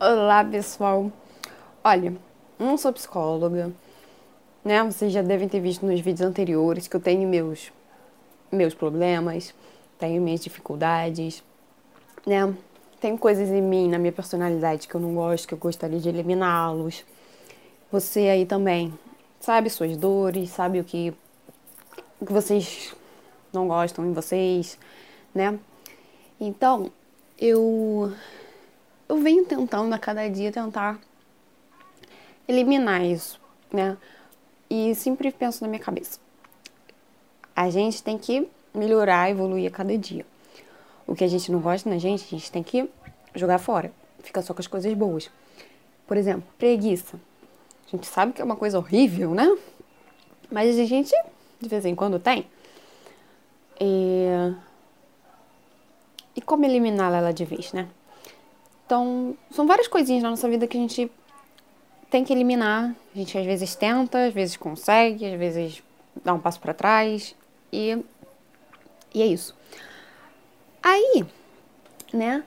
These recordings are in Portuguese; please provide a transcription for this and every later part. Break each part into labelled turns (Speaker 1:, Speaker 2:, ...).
Speaker 1: Olá, pessoal. Olha, não sou psicóloga, né? Vocês já devem ter visto nos vídeos anteriores que eu tenho meus problemas, tenho minhas dificuldades, né? Tem coisas em mim, na minha personalidade que eu não gosto, que eu gostaria de eliminá-los. Você aí também sabe suas dores, sabe o que vocês não gostam em vocês, né? Então, eu eu venho tentando a cada dia tentar eliminar isso, né? E sempre penso na minha cabeça. A gente tem que melhorar, evoluir a cada dia. O que a gente não gosta na gente, a gente tem que jogar fora. Fica só com as coisas boas. Por exemplo, preguiça. A gente sabe que é uma coisa horrível, né? Mas a gente, de vez em quando, tem. E como eliminá-la de vez, né? Então, são várias coisinhas na nossa vida que a gente tem que eliminar. A gente às vezes tenta, às vezes consegue, às vezes dá um passo para trás. E é isso. Aí, né,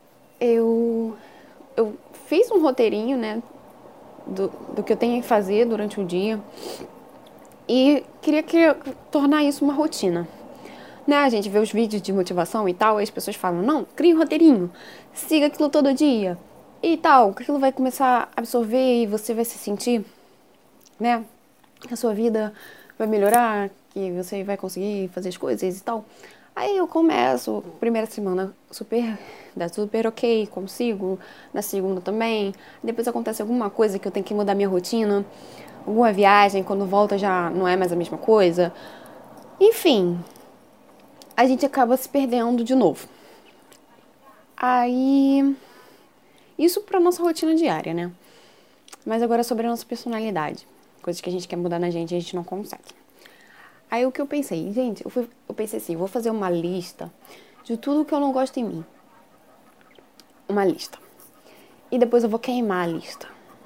Speaker 1: eu fiz um roteirinho, né, do que eu tenho que fazer durante o dia e queria tornar isso uma rotina. Né, a gente vê os vídeos de motivação e tal, e as pessoas falam, não, crie um roteirinho, siga aquilo todo dia e tal, que aquilo vai começar a absorver e você vai se sentir, né, que a sua vida vai melhorar, que você vai conseguir fazer as coisas e tal. Aí eu começo, primeira semana dá super ok, consigo, na segunda também. Depois acontece alguma coisa que eu tenho que mudar minha rotina, alguma viagem, quando volta já não é mais a mesma coisa. Enfim, a gente acaba se perdendo de novo. Aí, isso pra nossa rotina diária, né? Mas agora sobre a nossa personalidade. Coisas que a gente quer mudar na gente e a gente não consegue. Aí o que eu pensei? Gente, eu pensei assim, vou fazer uma lista de tudo que eu não gosto em mim. Uma lista. E depois eu vou queimar a lista.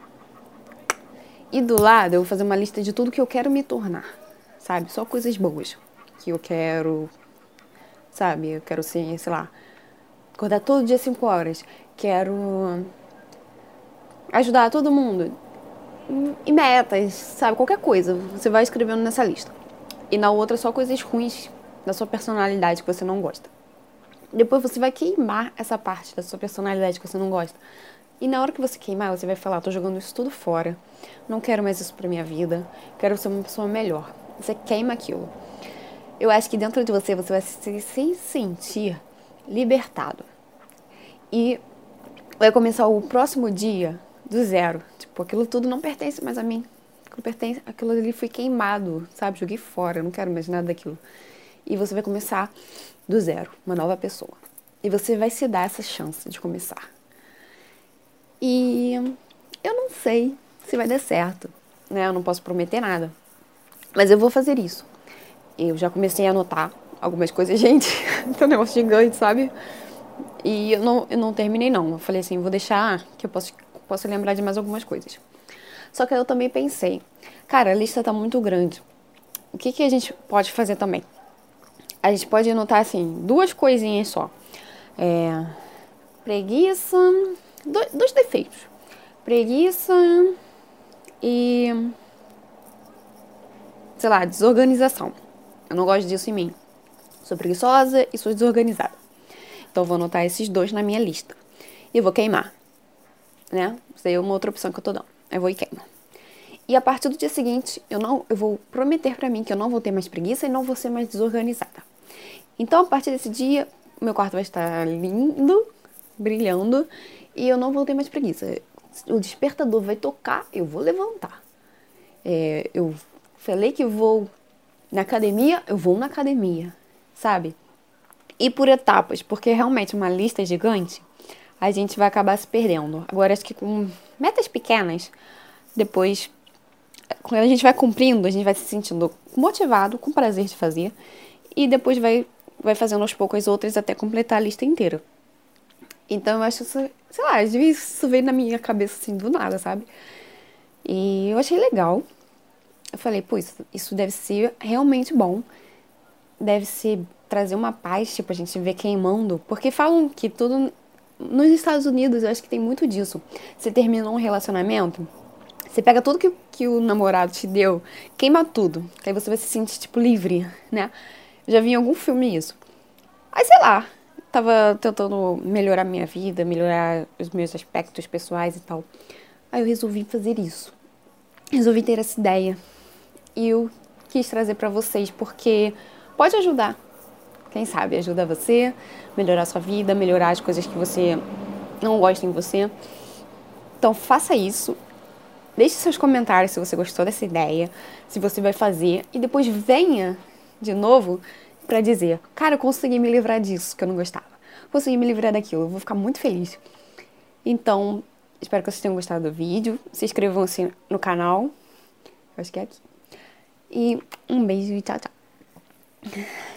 Speaker 1: E do lado eu vou fazer uma lista de tudo que eu quero me tornar. Sabe? Só coisas boas. Que eu quero, sabe? Eu quero ser, sei lá, acordar todo dia 5 horas. Quero ajudar todo mundo. E metas, sabe? Qualquer coisa. Você vai escrevendo nessa lista. E na outra só coisas ruins da sua personalidade que você não gosta. Depois você vai queimar essa parte da sua personalidade que você não gosta. E na hora que você queimar, você vai falar, tô jogando isso tudo fora. Não quero mais isso pra minha vida. Quero ser uma pessoa melhor. Você queima aquilo. Eu acho que dentro de você vai se sentir libertado. E vai começar o próximo dia do zero. Tipo, aquilo tudo não pertence mais a mim. Aquilo ali foi queimado, sabe? Joguei fora, eu não quero mais nada daquilo. E você vai começar do zero, uma nova pessoa. E você vai se dar essa chance de começar. E eu não sei se vai dar certo, né? Eu não posso prometer nada. Mas eu vou fazer isso. Eu já comecei a anotar algumas coisas, gente. É um negócio gigante, sabe? E eu não terminei, não. Eu falei assim, vou deixar que eu posso lembrar de mais algumas coisas. Só que eu também pensei, cara, a lista tá muito grande. O que a gente pode fazer também? A gente pode anotar, assim, duas coisinhas só. Preguiça, dois defeitos. Preguiça e, sei lá, desorganização. Eu não gosto disso em mim. Sou preguiçosa e sou desorganizada. Então eu vou anotar esses dois na minha lista. E eu vou queimar, né? Isso aí é uma outra opção que eu tô dando. Eu vou e queimo. E a partir do dia seguinte, eu vou prometer pra mim que eu não vou ter mais preguiça e não vou ser mais desorganizada. Então, a partir desse dia, meu quarto vai estar lindo, brilhando, e eu não vou ter mais preguiça. O despertador vai tocar, eu vou levantar. Eu falei que vou na academia, eu vou na academia, sabe? E por etapas, porque realmente uma lista gigante, a gente vai acabar se perdendo. Agora, acho que com metas pequenas, depois, quando a gente vai cumprindo, a gente vai se sentindo motivado, com prazer de fazer, e depois vai fazendo aos poucos as outras até completar a lista inteira. Então eu acho isso, sei lá, às vezes isso veio na minha cabeça assim do nada, sabe? E eu achei legal. Eu falei, pô, isso deve ser realmente bom. Deve ser trazer uma paz, tipo, a gente vê queimando. Porque falam que tudo nos Estados Unidos, eu acho que tem muito disso. Você terminou um relacionamento, você pega tudo que o namorado te deu, queima tudo. Que aí você vai se sentir, tipo, livre, né? Já vi em algum filme isso. Aí, sei lá, tava tentando melhorar minha vida, melhorar os meus aspectos pessoais e tal. Aí eu resolvi fazer isso. Resolvi ter essa ideia. E eu quis trazer pra vocês, porque pode ajudar. Quem sabe ajuda você, melhorar a sua vida, melhorar as coisas que você não gosta em você. Então faça isso. Deixe seus comentários se você gostou dessa ideia, se você vai fazer. E depois venha de novo pra dizer: cara, eu consegui me livrar disso que eu não gostava. Consegui me livrar daquilo. Eu vou ficar muito feliz. Então, espero que vocês tenham gostado do vídeo. Se inscrevam-se no canal. Eu acho que é aqui. E um beijo e tchau, tchau.